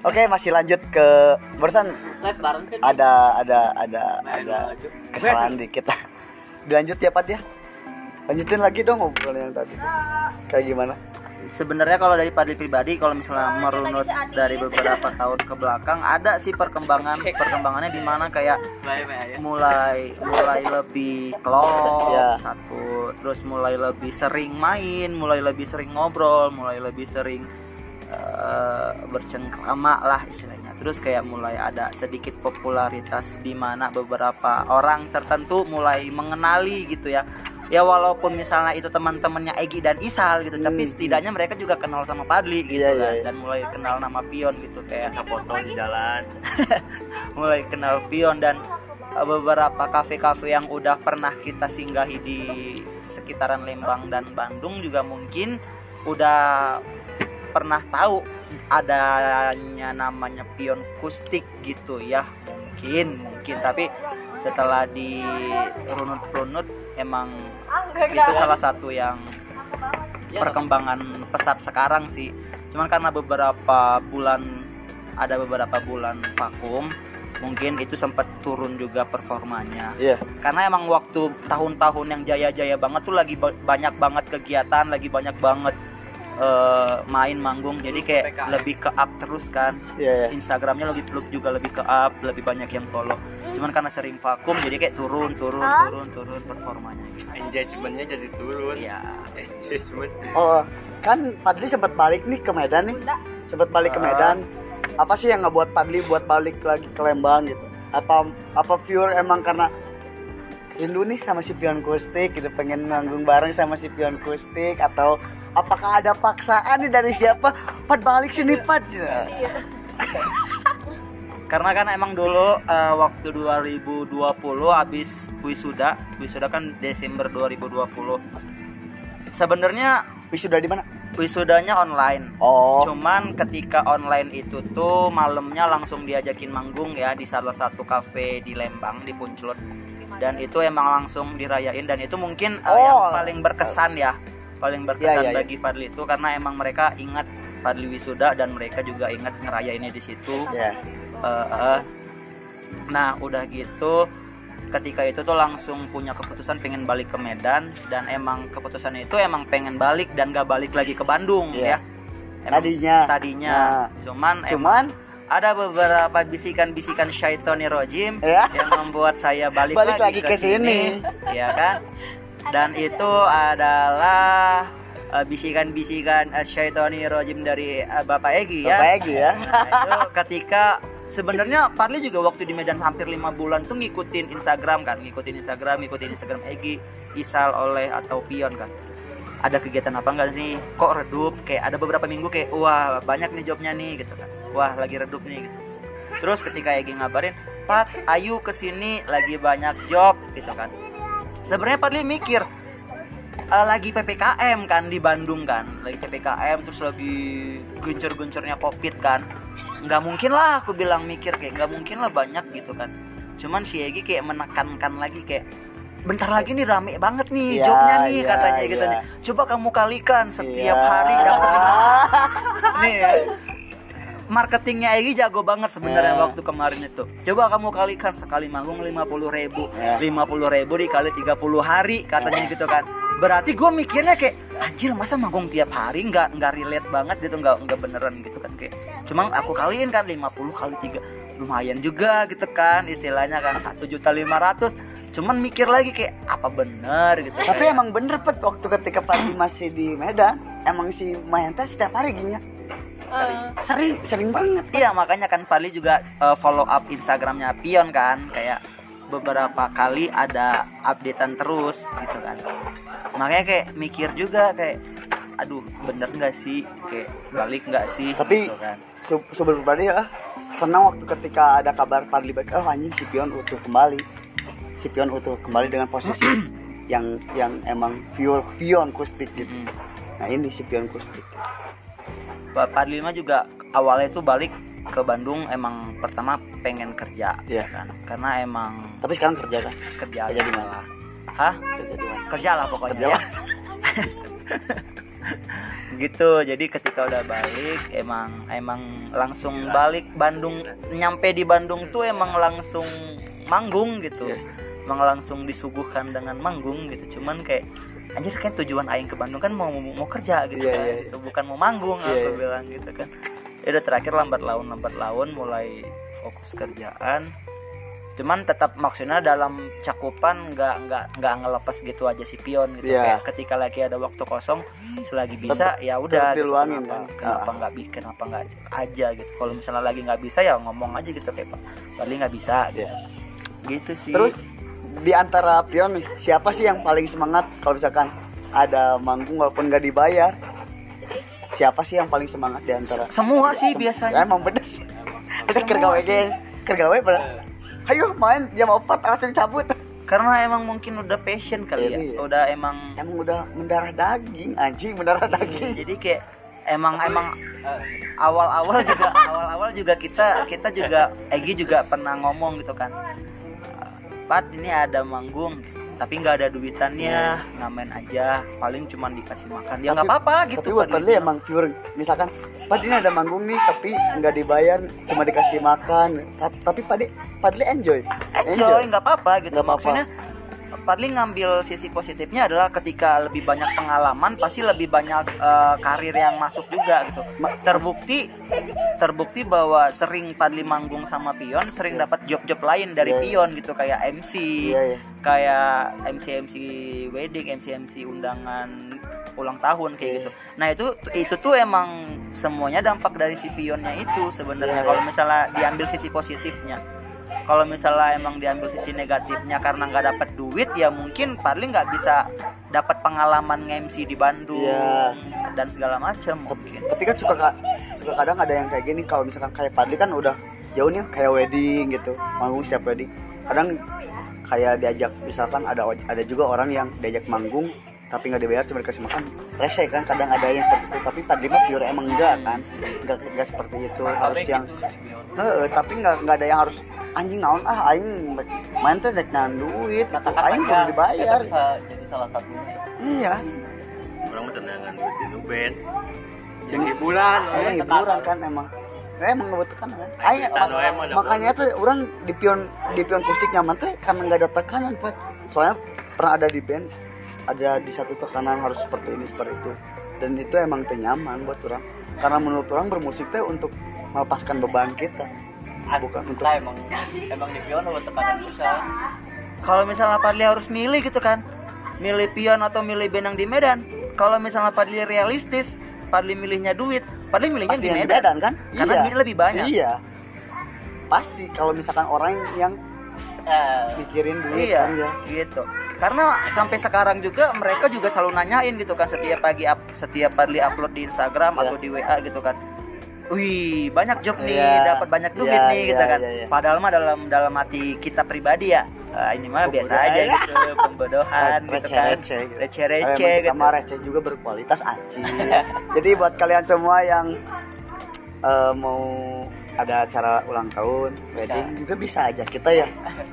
Oke, masih lanjut ke barusan ada kesalahan dikit. Dilanjut ya Pat ya. Lanjutin lagi dong obrolan yang tadi. Kayak gimana? Sebenarnya kalau dari Padli pribadi, kalau misalnya merunut dari beberapa tahun ke belakang, ada sih perkembangannya di mana kayak mulai lebih klop satu, terus mulai lebih sering main, mulai lebih sering ngobrol, mulai lebih sering bercengkrama lah istilahnya. Terus kayak mulai ada sedikit popularitas di mana beberapa orang tertentu mulai mengenali gitu ya. Ya walaupun misalnya itu teman-temannya Egi dan Isal gitu, tapi setidaknya mereka juga kenal sama Padli gitu kan. Dan mulai kenal nama Pion gitu, kayak foto di jalan. Mulai kenal Pion dan beberapa kafe-kafe yang udah pernah kita singgahi di sekitaran Lembang dan Bandung juga mungkin udah pernah tahu adanya namanya Pion Kustik gitu ya. Mungkin tapi setelah dirunut-runut emang itu salah satu yang perkembangan pesat sekarang sih. Cuman karena beberapa bulan vakum, mungkin itu sempat turun juga performanya. Karena emang waktu tahun-tahun yang jaya-jaya banget tuh lagi banyak banget kegiatan, lagi banyak banget main manggung, jadi kayak lebih ke up terus kan. Instagramnya juga lebih ke up, lebih banyak yang follow. Cuman karena sering vakum jadi kayak turun performanya. Engagementnya jadi turun. Engagement. Oh, kan Padli sempat balik nih ke Medan nih. Apa sih yang ngebuat Padli buat balik lagi ke Lembang gitu? Apa pure emang karena rindu nih sama si Pion Kustik gitu, pengen manggung bareng sama si Pion Kustik, atau apakah ada paksaan nih dari siapa? Pad balik sini Pad. Karena kan emang dulu waktu 2020 habis wisuda kan Desember 2020. Sebenarnya wisuda di mana? Wisudanya online. Cuman ketika online itu tuh malamnya langsung diajakin manggung ya di salah satu kafe di Lembang, di Punclut. Dan itu emang langsung dirayain, dan itu mungkin yang paling berkesan ya. Paling berkesan bagi Fadli itu karena emang mereka ingat Fadli wisuda dan mereka juga ingat ngerayainnya di situ. Nah udah gitu ketika itu tuh langsung punya keputusan pengen balik ke Medan, dan emang keputusan itu emang pengen balik dan gak balik lagi ke Bandung ya. Tadinya. Cuman ada beberapa bisikan-bisikan syaitoni rojim yang membuat saya balik lagi ke sini, ya kan? Dan itu adalah bisikan-bisikan syaitoni rojim dari Bapak Egi ya. Nah, itu ketika sebenarnya Padli juga waktu di Medan hampir 5 bulan tuh ngikutin Instagram Egi, Isal, Oleh atau Pion kan. Ada kegiatan apa enggak nih? Kok redup? Kayak ada beberapa minggu kayak wah banyak nih jobnya nih gitu kan. Wah lagi redup nih gitu. Terus ketika Egi ngabarin, Pat, ayo kesini lagi banyak job gitu kan. Sebenarnya Padli mikir lagi PPKM kan di Bandung kan, lagi PPKM terus lagi gencer-gencernya Covid kan. Nggak mungkin lah, aku bilang mikir kayak nggak mungkin lah banyak gitu kan. Cuman si Egi kayak menekankan lagi kayak bentar lagi nih rame banget nih jobnya nih katanya gitu nih. Coba kamu kalikan setiap hari dapat 5. Nih marketingnya Egi jago banget sebenarnya waktu kemarin itu. Coba kamu kalikan sekali manggung 50.000 dikali 30 hari katanya gitu kan. Berarti gue mikirnya kayak anjir masa manggung tiap hari nggak relate banget gitu, nggak beneran gitu kan. Kayak cuma aku kaliin kan 50 kali 3 lumayan juga gitu kan, istilahnya kan 1.500.000. Cuman mikir lagi kayak apa bener gitu. Tapi kayak, emang bener Pet, waktu ketika Padli masih di Medan emang si Mayanta setiap hari gini ya. Sering banget. Iya makanya kan Padli juga follow up Instagramnya Pion kan, kayak beberapa kali ada updatean terus gitu kan. Makanya kayak mikir juga kayak aduh bener nggak sih, kayak balik nggak sih. Tapi gitu kan. Sobat pribadi ya senang waktu ketika ada kabar Padli balik. Oh anjing si Pion utuh kembali dengan posisi yang emang pure Pion Kustik gitu. Nah ini si Pion Kustik. Pak Padli mah juga awalnya itu balik ke Bandung emang pertama pengen kerja kan, karena emang. Tapi sekarang kerja kan? Kerja di mana? Hah? Kerja di mana? Kerja lah pokoknya. Kerja ya. gitu. Jadi ketika udah balik emang langsung balik Bandung, nyampe di Bandung tuh emang langsung manggung gitu. Emang langsung disuguhkan dengan manggung gitu. Cuman kayak anjir kan tujuan aing ke Bandung kan mau kerja gitu kan. Gitu. Bukan mau manggung aku bilang gitu kan. Ya udah terakhir lambat laun mulai fokus kerjaan. Cuman tetap maksudnya dalam cakupan nggak ngelepas gitu aja si pion gitu. Kayak ketika lagi ada waktu kosong selagi bisa ya udah gitu. Diluangin Kenapa nggak aja gitu. Kalau misalnya lagi nggak bisa ya ngomong aja gitu kayak Pak Padli nggak bisa gitu. Gitu sih. Terus di antara pion nih, siapa sih yang paling semangat kalau misalkan ada manggung walaupun nggak dibayar? Siapa sih yang paling semangat di antara? Semua sih biasanya. Ya, emang bener sih. Kita kergawe pada. Ayo main jam 4 langsung cabut. Karena emang mungkin udah passion kali ya. Udah emang udah mendarah daging, anjing mendarah daging. Jadi kayak emang awal-awal juga kita juga Egi juga pernah ngomong gitu kan. Pat ini ada manggung tapi nggak ada duitannya, ngamen aja, paling cuma dikasih makan ya nggak apa-apa gitu. Tapi buat Padli emang pure, misalkan Pat ini ada manggung nih tapi nggak dibayar, cuma dikasih makan, tapi Padli enjoy nggak apa-apa gitu. Gak maksudnya Padli ngambil sisi positifnya adalah ketika lebih banyak pengalaman pasti lebih banyak karir yang masuk juga gitu. Terbukti bahwa sering Padli manggung sama pion sering dapat job-job lain dari pion gitu, kayak MC, kayak MC wedding, MC undangan ulang tahun kayak gitu. Nah itu tuh emang semuanya dampak dari si pionnya itu sebenarnya. Kalau misalnya diambil sisi positifnya. Kalau misalnya emang diambil sisi negatifnya karena nggak dapat duit ya mungkin Padli nggak bisa dapat pengalaman nge-MC di Bandung dan segala macam mungkin. Tapi kan suka kadang ada yang kayak gini, kalau misalkan kayak Padli kan udah jauh nih kayak wedding gitu, manggung setiap wedding. Kadang kayak diajak, misalkan ada juga orang yang diajak manggung tapi nggak dibayar cuma dikasih makan, rese kan. Kadang ada yang seperti itu, tapi Padli mah pure emang enggak kan, enggak seperti itu. Harus yang tapi nggak ada yang harus anjing naon aing main teh dek nan duit itu aing belum dibayar. Jadi salah satunya. Iya. Orang mah tenangan duit di band. Yang hiburan, hiburan kan emang ngebutuhkan kan. Aing makanya tuh orang di pion kustik nyaman tuh karena nggak ada tekanan, Pak. Soalnya pernah ada di band, ada di satu tekanan harus seperti ini seperti itu, dan itu emang teh nyaman buat orang. Karena menurut orang bermusik teh untuk melepaskan beban kita, bukan untuk emang di pion buat tekanan susah. Kalau misalnya Padli harus milih gitu kan, milih pion atau milih band yang di Medan, kalau misalnya Padli realistis, Padli milihnya duit, Padli milihnya di Medan kan, karena duitnya lebih banyak. Iya pasti. Kalau misalkan orang yang mikirin duit kan ya gitu. Karena sampai sekarang juga mereka juga selalu nanyain gitu kan, setiap Padli upload di Instagram atau di WA gitu kan, wih banyak job nih, dapat banyak duit nih gitu kan. Padahal mah dalam hati kita pribadi ya, ini mah biasa aja gitu, pembodohan gitu kan, receh gitu. Sama receh juga berkualitas anjing. Jadi buat kalian semua yang mau ada acara ulang tahun, wedding juga bisa aja kita ya.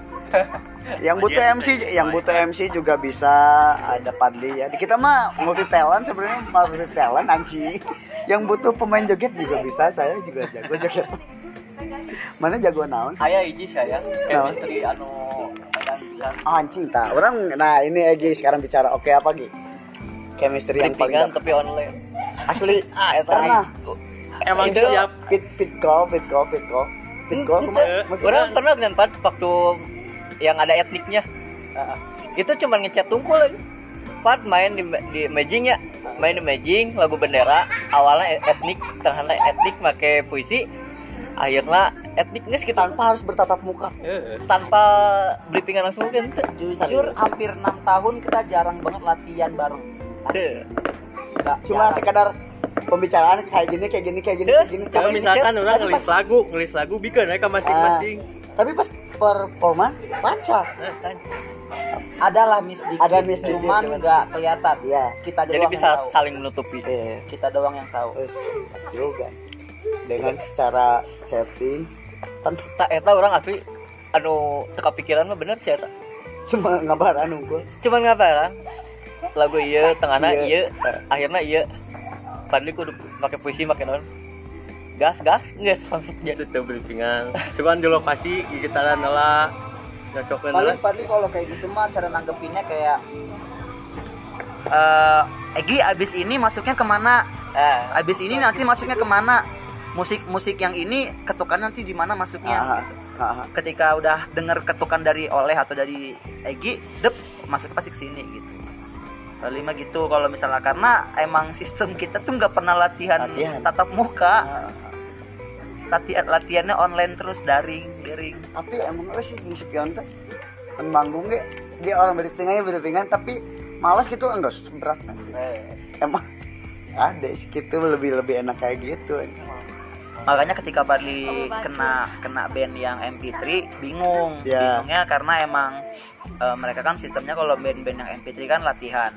Yang butuh MC juga bisa, ada Padli ya. Kita mah multi talent sebenarnya, multi talent anjing. Yang butuh pemain joget juga bisa, saya juga jago joget. Mana jago naon? Saya chemistry anjing tak. Orang nah ini Egi sekarang bicara oke apa Gi? Chemistry yang paling tapi online. Asli pernah. Emang siap fit call. Orang pernah dengan Pad waktu yang ada etniknya. Itu cuma ngecat tungkul aja. Pad main di Majing, lagu bendera. Awalnya etnik, ternyata etnik pakai puisi. Akhirnya etniknya sekitar tanpa harus bertatap muka. Tanpa briefingan langsung kan. Jujur hampir 6 tahun kita jarang banget latihan bareng. Cuma sekadar pembicaraan kayak gini. Kalau misalkan orang ngelis lagu bikin mereka masing-masing. Tapi pas performa lancar. Adalah miss dikit, cuman nggak kelihatan. Iya. Kita doang jadi bisa yang tahu. saling menutupi. Kita doang yang tahu. Terus juga dengan secara chatting. Tak eta orang asli teka pikiran mah bener sih eta. Cuma ngabaran unggul. Cuman ngabaran. Lagu ieu, tengahna ieu, akhirna ieu. Fadli kudu pakai puisi pakai naon gas nges Itu tuh briefingan. Cuman di lokasi gigitaran lah. Nyocokin lah. Paling kalau kayak gitu mah cara nanggepinnya kayak Egi abis ini masuknya kemana? Abis ini nanti masuknya kemana? Musik yang ini ketukan nanti di mana masuknya? Ketika udah denger ketukan dari Oleh atau dari Egi, masuknya pasti ke sini gitu. Paling mah gitu kalau misalnya, karena emang sistem kita tuh nggak pernah latihan tatap muka. Latihannya online terus, daring. Tapi emang sih di spion teh manggung ge dia orang berpingan tapi malas gitu enggak seberat emang ada sih gitu lebih enak kayak gitu. Makanya ketika Fadli kena band yang MP3 bingungnya karena emang mereka kan sistemnya kalau band-band yang MP3 kan latihan.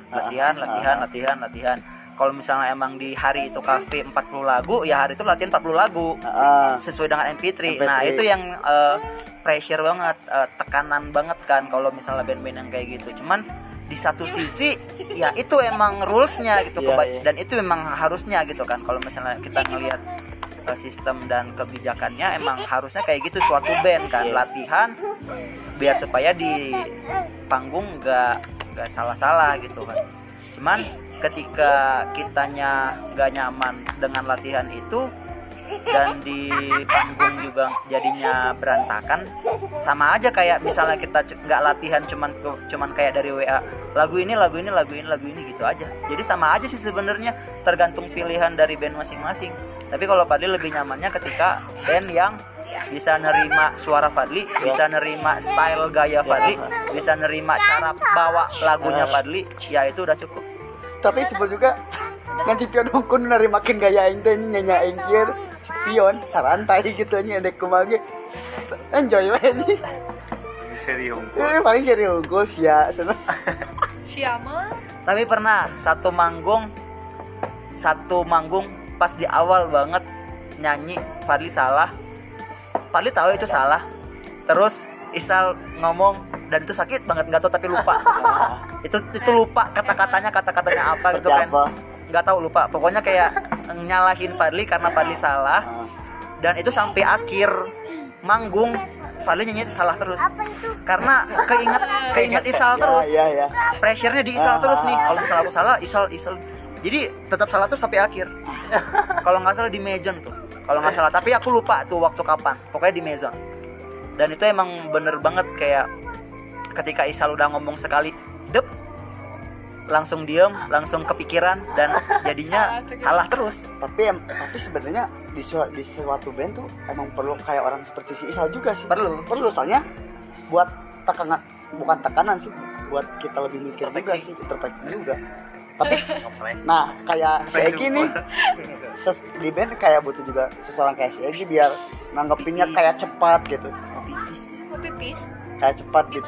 Kalau misalnya emang di hari itu kafe 40 lagu, ya hari itu latihan 40 lagu sesuai dengan MP3. Nah itu yang pressure banget, tekanan banget kan kalau misalnya band-band yang kayak gitu. Cuman di satu sisi ya itu emang rulesnya gitu, dan itu memang harusnya gitu kan. Kalau misalnya kita ngelihat sistem dan kebijakannya, emang harusnya kayak gitu suatu band kan, latihan biar supaya di panggung nggak salah-salah gitu kan. Cuman ketika kitanya nggak nyaman dengan latihan itu dan di panggung juga jadinya berantakan, sama aja kayak misalnya kita nggak latihan cuman kayak dari WA lagu ini gitu aja. Jadi sama aja sih sebenarnya, tergantung pilihan dari band masing-masing. Tapi kalau Fadli lebih nyamannya ketika band yang bisa nerima suara Fadli, bisa nerima style gaya Fadli, bisa nerima cara bawa lagunya Fadli, ya itu udah cukup. Tapi sebut juga ngan pion hungkun nari makin gaya aing teh nyanyi aing kieu pion sarantai gitu nya dek kumaha enjoy we nih. Paling seri unggul sia seneng. Siapa? Tapi pernah satu manggung pas di awal banget nyanyi Fadli salah. Fadli tahu itu salah. Terus Isal ngomong dan itu sakit banget, nggak tahu tapi lupa. itu lupa kata-katanya apa gitu kan. Nggak tahu, lupa. Pokoknya kayak nyalahin Fadli karena Fadli salah. Dan itu sampai akhir manggung Fadli nyanyi itu salah terus. Karena keinget Isal terus. Pressure-nya di Isal terus nih. Kalau misalnya aku salah, Isal. Jadi tetap salah tuh sampai akhir. Kalau nggak salah di Mejon tuh. Kalau nggak salah, tapi aku lupa tuh waktu kapan. Pokoknya di Mejon. Dan itu emang bener banget kayak ketika Isal udah ngomong sekali, langsung diem, langsung kepikiran dan jadinya salah terus. Tapi sebenarnya di suatu band tuh emang perlu kayak orang seperti si Isal juga sih. Perlu soalnya buat bukan tekanan sih, buat kita lebih mikir juga sih, introspeksi juga. Tapi nah kayak si Egi nih di band kayak butuh juga seseorang kayak si Egi biar nanggepinnya kayak cepat gitu. Mau pipis? Kayak cepat gitu.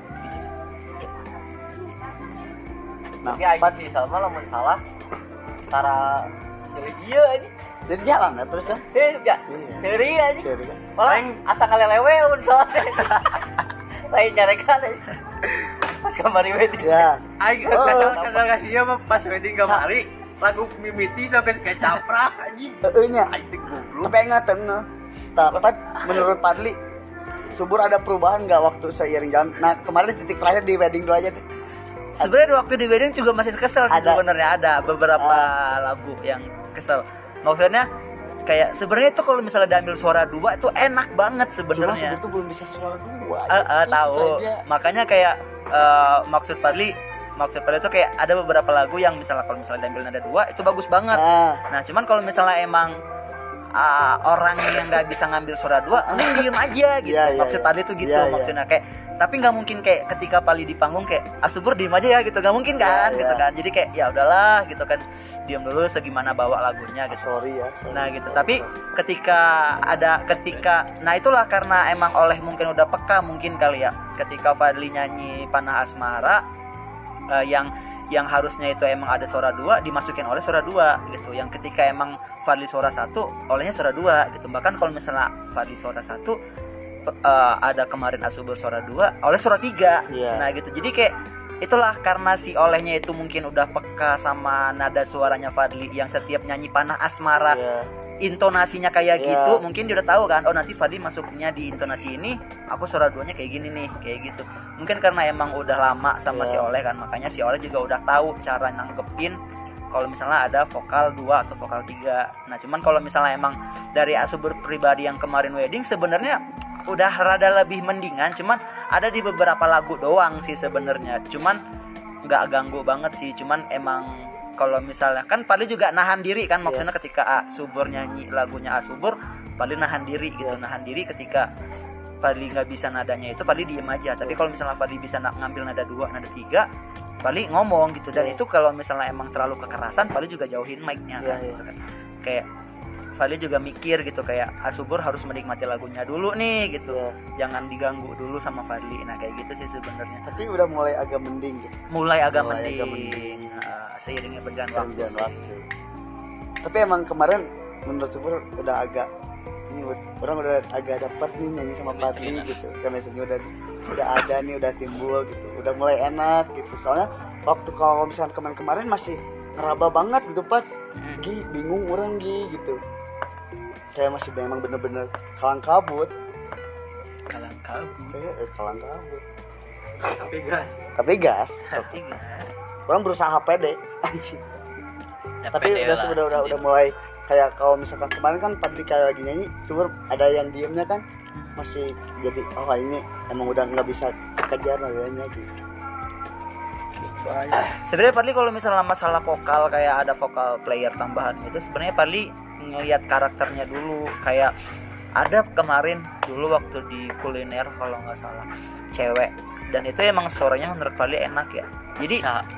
Nah, tapi aing di Salma lamun salah cara iya ini jadi jalan ya terus ya. Enggak. Seri aja. Seri. Malah asa ngalelewe mun salah. Lain nyarekan. Pas kamari wedding. Ya. Aing kasar kasihnya mah pas wedding kamari lagu mimiti sampai kayak caprak anjing. Nya. Aing teh goblok. Tapi enggak tengah. Tapi menurut Fadli Subur ada perubahan nggak waktu seiring jalan? Nah kemarin titik terakhir di wedding dulu aja deh. Sebenarnya waktu di wedding juga masih kesel sih sebenarnya, ada beberapa lagu yang kesel. Maksudnya kayak sebenarnya itu kalau misalnya diambil suara dua itu enak banget sebenarnya. Cuma Subur tuh belum bisa suara dua. Tahu. Makanya kayak maksud Fadli itu kayak ada beberapa lagu yang misalnya kalau misalnya diambil nada dua itu bagus banget. Nah cuman kalau misalnya emang orang yang nggak bisa ngambil suara dua, mending diem aja gitu. Maksud Fadli tuh gitu maksudnya kayak. Tapi nggak mungkin kayak ketika Fadli di panggung kayak Subur diem aja ya gitu, nggak mungkin kan gitu kan. Jadi kayak ya udahlah gitu kan, diem dulu segimana bawa lagunya gitu. Sorry. Nah gitu. Tapi ketika nah itulah karena emang Oleh mungkin udah peka mungkin kali ya. Ketika Fadli nyanyi Panah Asmara yang harusnya itu emang ada suara dua, dimasukin Oleh suara dua gitu. Yang ketika emang Fadli suara satu, Olehnya suara dua gitu. Bahkan kalau misalnya Fadli suara satu, ada kemarin Asubur suara dua, Oleh suara tiga. Nah gitu. Jadi kayak itulah karena si olehnya itu mungkin udah peka sama nada suaranya Fadli yang setiap nyanyi panah asmara Iya. intonasinya kayak Iya. gitu, mungkin dia udah tahu kan, oh nanti Fadli masuknya di intonasi ini, aku suara duanya kayak gini nih, kayak gitu. Mungkin karena emang udah lama sama Iya. si Oleh kan, makanya si Oleh juga udah tahu cara nanggepin kalau misalnya ada vokal 2 atau vokal 3. Nah, cuman kalau misalnya emang dari Asubur pribadi yang kemarin wedding sebenarnya udah rada lebih mendingan, cuman ada di beberapa lagu doang sih sebenarnya. Cuman nggak ganggu banget sih, cuman emang kalau misalnya kan Fadli juga nahan diri kan, maksudnya ketika Asubur nyanyi lagunya Asubur, Fadli nahan diri gitu, nahan diri ketika Fadli nggak bisa nadanya itu Fadli diem aja. Tapi kalau misalnya Fadli bisa ngambil nada 2, nada 3, Fadli ngomong gitu. Dan itu kalau misalnya emang terlalu kekerasan, Fadli juga jauhin mic-nya kan, gitu kan. Kayak Fadli juga mikir gitu, kayak Asubur harus menikmati lagunya dulu nih gitu, jangan diganggu dulu sama Fadli. Nah kayak gitu sih sebenarnya. Tapi udah mulai agak mending gitu. Mulai agak Mulai agak mending. Nah, seiringnya berjalan waktu Berjalan sih. waktu. Tapi emang kemarin menurut Subur udah agak ini orang udah agak dapat nih nyanyi sama Fadli gitu. Chemistry udah ada nih, udah timbul gitu. Udah mulai enak gitu. Soalnya waktu kalau misalnya kemarin masih ngeraba banget gitu Pat. Gi bingung orang Gi gitu. Kayak masih memang bener-bener kalang kabut. Kayak kalang kabut. Tapi gas. Tapi gas. Tapi guys, Orang berusaha pede anjing. Ya, Tapi pede lah. udah mulai kayak kalau misalkan kemarin kan Fadli kayak lagi nyanyi, Subur ada yang diemnya kan masih jadi oh ini emang udah nggak bisa kejar nadanya gitu. sebenarnya Fadli kalau misalnya masalah vokal kayak ada vokal player tambahan itu sebenarnya Fadli ngelihat karakternya dulu. Kayak ada kemarin dulu waktu di kuliner kalau nggak salah cewek, dan itu emang suaranya menurut Fadli enak ya. Jadi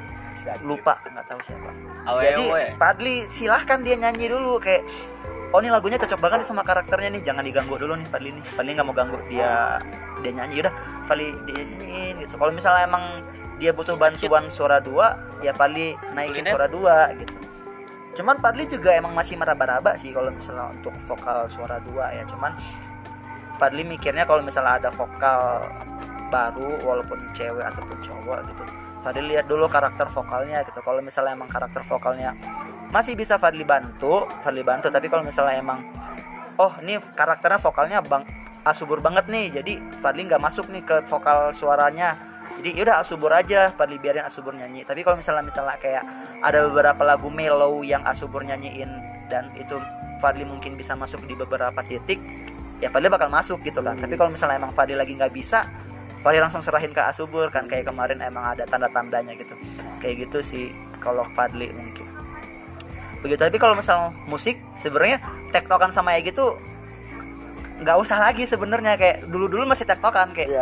lupa nggak tahu siapa. Jadi Fadli silahkan dia nyanyi dulu kayak oh ini lagunya cocok banget nih sama karakternya nih, jangan diganggu dulu nih Fadli nih. Fadli nggak mau ganggu dia nyanyi, udah Fadli dinyanyiin gitu. Kalau misalnya emang dia butuh bantuan suara 2 ya Fadli naikin suara 2 gitu. Cuman Fadli juga emang masih meraba-raba sih kalau misalnya untuk vokal suara 2 ya. Cuman Fadli mikirnya kalau misalnya ada vokal baru walaupun cewek ataupun cowok gitu, Fadli lihat dulu karakter vokalnya gitu. Kalau misalnya emang karakter vokalnya masih bisa Fadli bantu. Tapi kalau misalnya emang oh ini karakternya vokalnya Asubur banget nih, jadi Fadli nggak masuk nih ke vokal suaranya, jadi yaudah Asubur aja, Fadli biarin Asubur nyanyi. Tapi kalau misalnya kayak ada beberapa lagu mellow yang Asubur nyanyiin dan itu Fadli mungkin bisa masuk di beberapa titik, ya Fadli bakal masuk gitu kan. Tapi kalau misalnya emang Fadli lagi nggak bisa, Fadli langsung serahin ke Asubur kan, kayak kemarin emang ada tanda-tandanya gitu. Kayak gitu sih kalau Fadli mungkin begitu. Tapi kalau misalnya musik sebenarnya tektokan sama kayak gitu nggak usah lagi sebenarnya. Kayak dulu masih tektokan kayak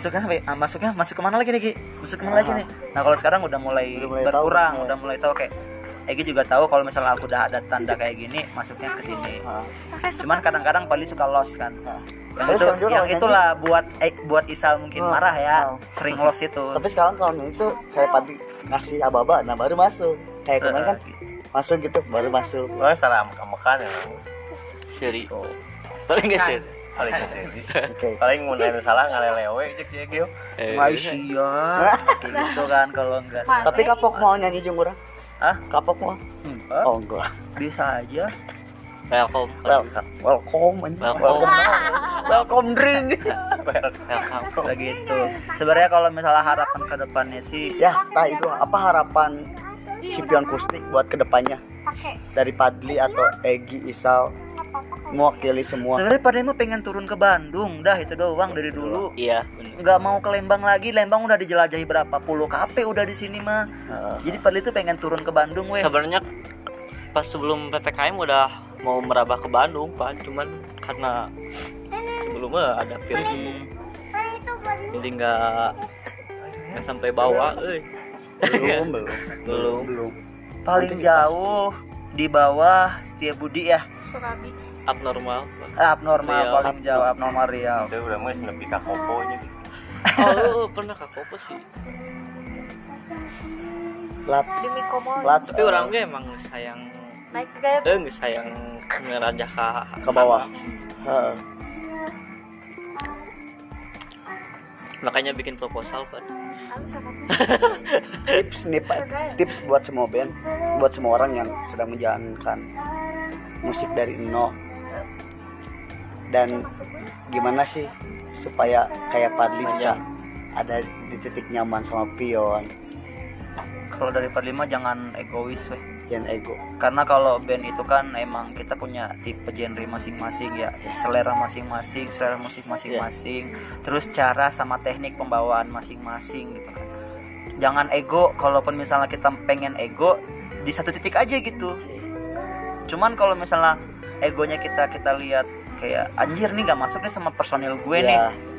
masuk kemana lagi nih Ki? Masuk kemana lagi nih? Nah kalau sekarang udah mulai berkurang, udah mulai tahu kayak Egi juga tahu kalau misalnya aku udah ada tanda kayak gini masuknya ke sini. Cuman kadang-kadang Fadli suka lost kan. Yang itulah buat Isal mungkin marah ya, sering lost itu. Tapi sekarang kalau itu kayak Fadli ngasih aba-aba, nah baru masuk. Kayak kemarin kan masuk gitu, baru masuk. Wah, salah makan ya. Seri. Paling nggak sih. Paling mau nanya salah ngalelewe cek yo. Malaysia kayak gitu kan kalau enggak salah. Tapi kapok mau nyanyi jeung urang? Hah? Kapok mau? Enggak. Oh enggak. Bisa aja. Welcome drink. Begitu. Sebenarnya kalau misalnya harapan ke depannya sih Ya, itu apa harapan si Pion Kustik buat kedepannya dari Fadli atau Egi, Isal, mewakili semua. sebenarnya Fadli mah pengen turun ke Bandung, dah itu doang dari dulu. Iya. Nggak mau ke Lembang lagi. Lembang udah dijelajahi berapa puluh KP udah di sini mah. Jadi Fadli tuh pengen turun ke Bandung weh. Sebenarnya pas sebelum PPKM udah mau merambah ke Bandung Pak, cuman karena sebelumnya ada virus ini, jadi nggak sampai bawah. Belum. Paling jauh di bawah Setiabudi ya. Surabi. Abnormal. Abnormal Riau. paling jauh abnormal Riau. Itu udah mulai lebih ka kopo nya. Oh pernah ke Kopo sih, Demi komo. Lats, tapi orang gue emang sayang Naik gaya. nggak sayang ngerajah ke bawah. makanya bikin proposal Pak. tips nih Pak, tips buat semua band, buat semua orang yang sedang menjalankan musik dari nol. Dan gimana sih supaya kayak Padli bisa ada di titik nyaman sama Pion? Kalau dari Padli mah jangan egois weh. Jangan ego. Karena kalau band itu kan emang kita punya tipe genre masing-masing ya, selera masing-masing, selera musik masing-masing, terus cara sama teknik pembawaan masing-masing gitu kan. Jangan ego, kalaupun misalnya kita pengen ego di satu titik aja gitu. Cuman kalau misalnya egonya kita lihat kayak anjir nih gak masuk nih sama personil gue nih,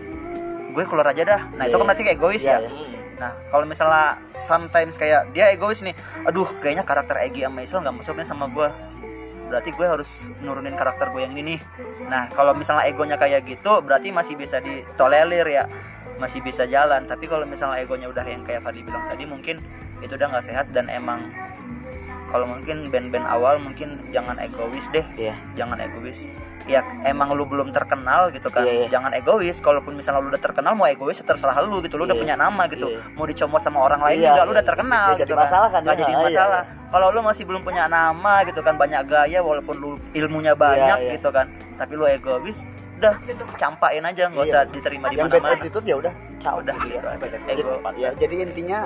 gue keluar aja dah. Nah itu kan berarti kayak egois ya. Nah kalau misalnya sometimes kayak dia egois nih, aduh kayaknya karakter Egi sama Isel nggak masuk nih sama gue, berarti gue harus nurunin karakter gue yang ini nih. Nah kalau misalnya egonya kayak gitu berarti masih bisa ditolerir ya, masih bisa jalan. Tapi kalau misalnya egonya udah yang kayak Fadli bilang tadi, mungkin itu udah nggak sehat. Dan emang kalau mungkin band-band awal mungkin jangan egois deh, jangan egois. Ya emang lu belum terkenal gitu kan, jangan egois. Kalaupun misalnya lu udah terkenal, mau egois terserah lu gitu, lu udah punya nama gitu, mau dicomot sama orang lain juga lu udah terkenal gak gitu jadi masalah kan, gak jadi masalah. Kalau lu masih belum punya nama gitu kan, banyak gaya walaupun lu ilmunya banyak gitu kan, tapi lu egois, udah campain aja, nggak usah diterima di Yang bad mana-mana. attitude ya udah, Udah gitu aja. Ego. Jadi intinya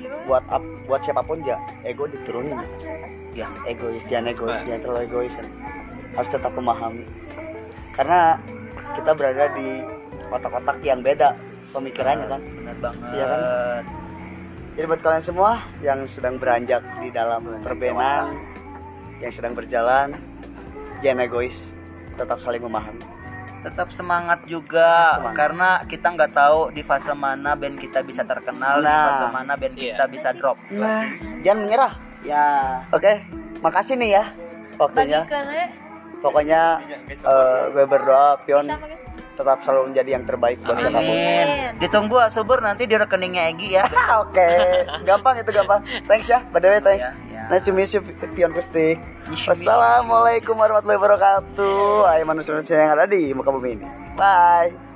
buat siapapun ya ego diturunin. Ya, Egois, jangan terlalu egois kan. Harus tetap memahami. Karena kita berada di kotak-kotak yang beda pemikirannya kan. benar banget. Iya kan? Jadi buat kalian semua yang sedang beranjak di dalam perbenan, yang sedang berjalan, jangan egois, tetap saling memahami. Tetap semangat juga, karena kita nggak tahu di fase mana band kita bisa terkenal, di fase mana band kita bisa drop. Nah, jangan menyerah. Ya. Oke, makasih nih ya waktunya. Pokoknya gue berdoa Pion tetap selalu menjadi yang terbaik buat siapapun. Amin. Ditunggu Asubur nanti di rekeningnya Egi ya. Oke, gampang itu gampang. Thanks ya, by the way thanks. Nice to meet you Pion Kustik. Wassalamualaikum warahmatullahi wabarakatuh. Hai manusia-manusia yang ada di muka bumi ini. Bye.